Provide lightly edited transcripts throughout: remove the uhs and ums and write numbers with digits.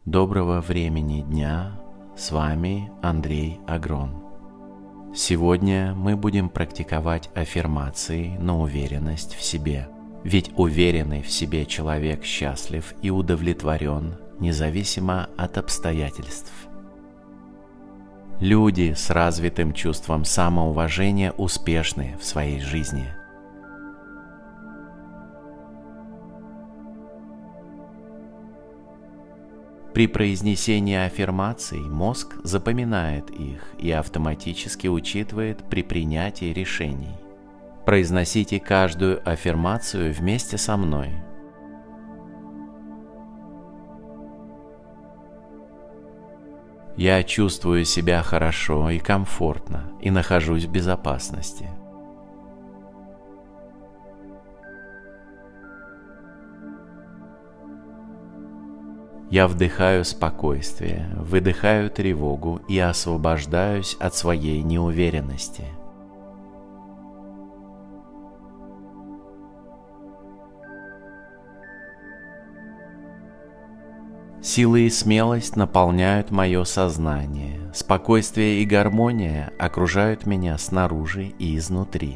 Доброго времени дня, с вами Андрей Агрон. Сегодня мы будем практиковать аффирмации на уверенность в себе. Ведь уверенный в себе человек счастлив и удовлетворен, независимо от обстоятельств. Люди с развитым чувством самоуважения успешны в своей жизни. При произнесении аффирмаций мозг запоминает их и автоматически учитывает при принятии решений. Произносите каждую аффирмацию вместе со мной. Я чувствую себя хорошо и комфортно и нахожусь в безопасности. Я вдыхаю спокойствие, выдыхаю тревогу и освобождаюсь от своей неуверенности. Сила и смелость наполняют мое сознание. Спокойствие и гармония окружают меня снаружи и изнутри.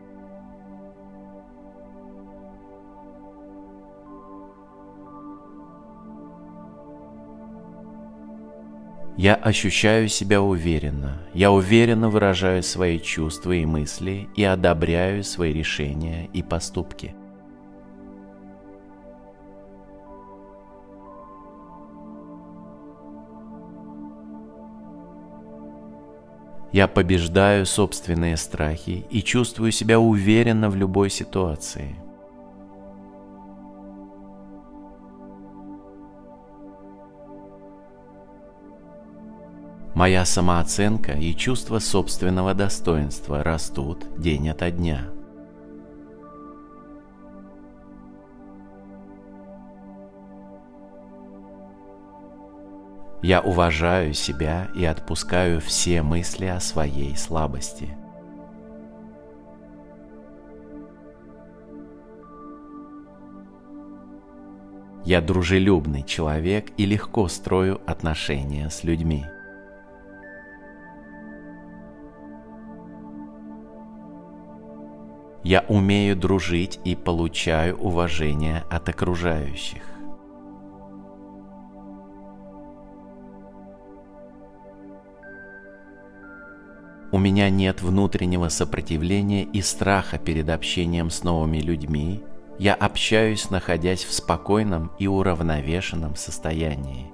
Я ощущаю себя уверенно. Я уверенно выражаю свои чувства и мысли и одобряю свои решения и поступки. Я побеждаю собственные страхи и чувствую себя уверенно в любой ситуации. Моя самооценка и чувство собственного достоинства растут день ото дня. Я уважаю себя и отпускаю все мысли о своей слабости. Я дружелюбный человек и легко строю отношения с людьми. Я умею дружить и получаю уважение от окружающих. У меня нет внутреннего сопротивления и страха перед общением с новыми людьми. Я общаюсь, находясь в спокойном и уравновешенном состоянии.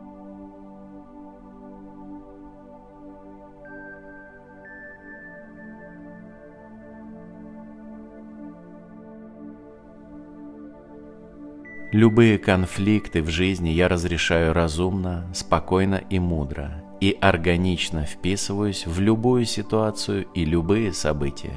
Любые конфликты в жизни я разрешаю разумно, спокойно и мудро, и органично вписываюсь в любую ситуацию и любые события.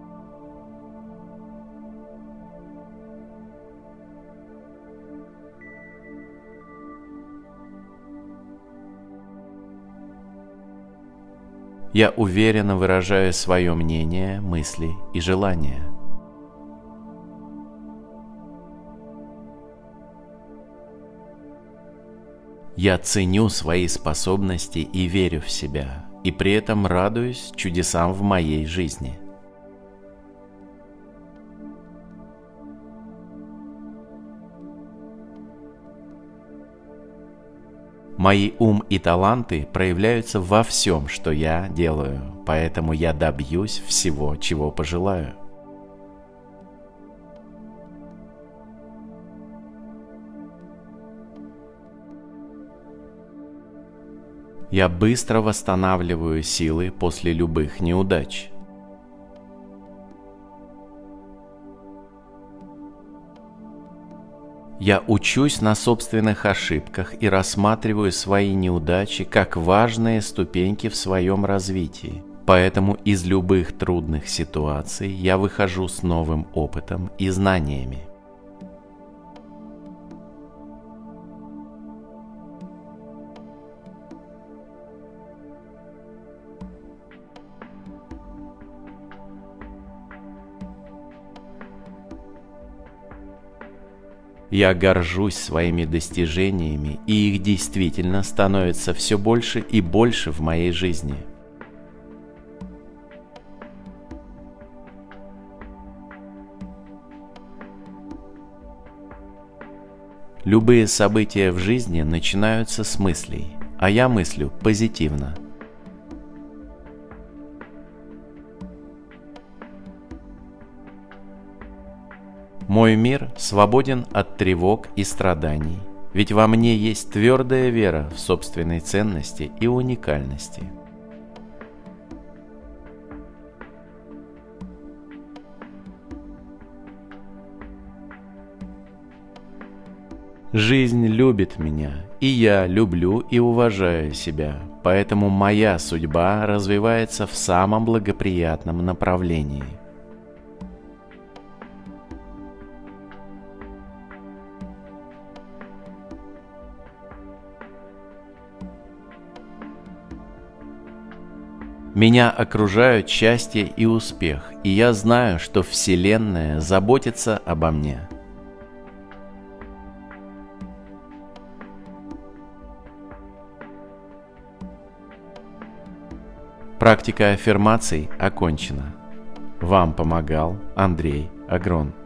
Я уверенно выражаю свое мнение, мысли и желания. Я ценю свои способности и верю в себя, и при этом радуюсь чудесам в моей жизни. Мои ум и таланты проявляются во всем, что я делаю, поэтому я добьюсь всего, чего пожелаю. Я быстро восстанавливаю силы после любых неудач. Я учусь на собственных ошибках и рассматриваю свои неудачи как важные ступеньки в своем развитии. Поэтому из любых трудных ситуаций я выхожу с новым опытом и знаниями. Я горжусь своими достижениями, и их действительно становится все больше и больше в моей жизни. Любые события в жизни начинаются с мыслей, а я мыслю позитивно. Мой мир свободен от тревог и страданий, ведь во мне есть твердая вера в собственной ценности и уникальности. Жизнь любит меня, и я люблю и уважаю себя, поэтому моя судьба развивается в самом благоприятном направлении. Меня окружают счастье и успех, и я знаю, что Вселенная заботится обо мне. Практика аффирмаций окончена. Вам помогал Андрей Агрон.